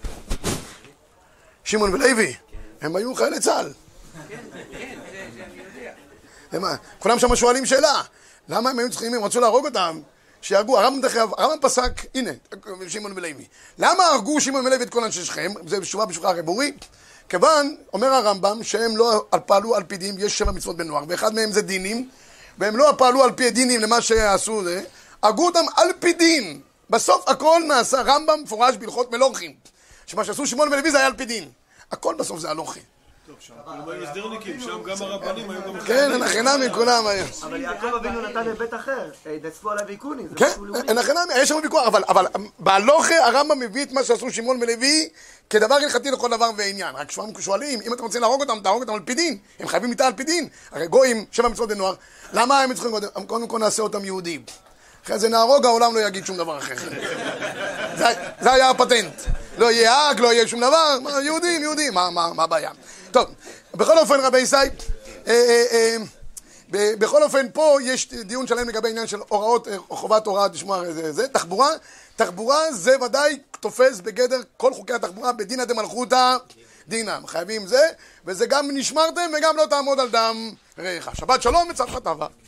שמעון ולוי? הם היו חיילי צה"ל. כן, כן, זה אני יודע. כולם שם שואלים שאלה, למה הם היו צריכים, הם רצו להרוג אותם, שיהרגו, הרמב"ם פסק, הנה, שמעון ולוי. למה הרגו שמעון ולוי את כל אנשי שכם? זה תשובה בשולחן ערוך בורי. כיוון, אומר הרמב"ם, שהם לא פעלו על פי דין, יש שבע מצוות בנוער, ואחד מהם זה דינים, והם לא פעלו על פי דינים למה שעשו זה, הרגו אותם על פי דין. בסוף הכל נעשה, רמב"ם מפורש בהלכות מלוכים. שמה שעשו שמעון ולוי זה היה על פי דין. הכל בסוף זה הלוכי. טוב, שם כולם היו הסדרניקים, שם גם הרבנים היו גם... כן, אין הכנה מכולם היום. אבל יעקב אבינו נתן לבית אחר, דצפו עליו עיקונים. כן, אין הכנה, יש שם ויכוח, אבל בהלוכה הרמב"ם מביא את מה שעשו שמעון ולוי כדבר הלכתי לכל דבר ועניין. רק שואלים, אם אתם רוצים להרוג אותם, תהרוג אותם על פי דין. הם חייבים מיתה על פי דין. הרי גויים, שבע מצוות בנוער, למה הם צריכים קודם? קודם כל נעשה אותם יהודים. אחרי זה נהרוג, העולם לא יגיד שום דבר אחר. זה היה הפטנט. לא יהיה האג, לא יהיה שום דבר, יהודים, יהודים, מה הבעיה? טוב, בכל אופן רבי ישראל, בכל אופן פה יש דיון שלהם לגבי עניין של הוראות, חובת הוראה לשמוע זה, תחבורה, תחבורה זה ודאי תופס בגדר כל חוקי התחבורה בדינא דמלכותא דינא, חייבים זה, וזה גם נשמרתם וגם לא תעמוד על דם רעך. שבת שלום וצלחה טובה.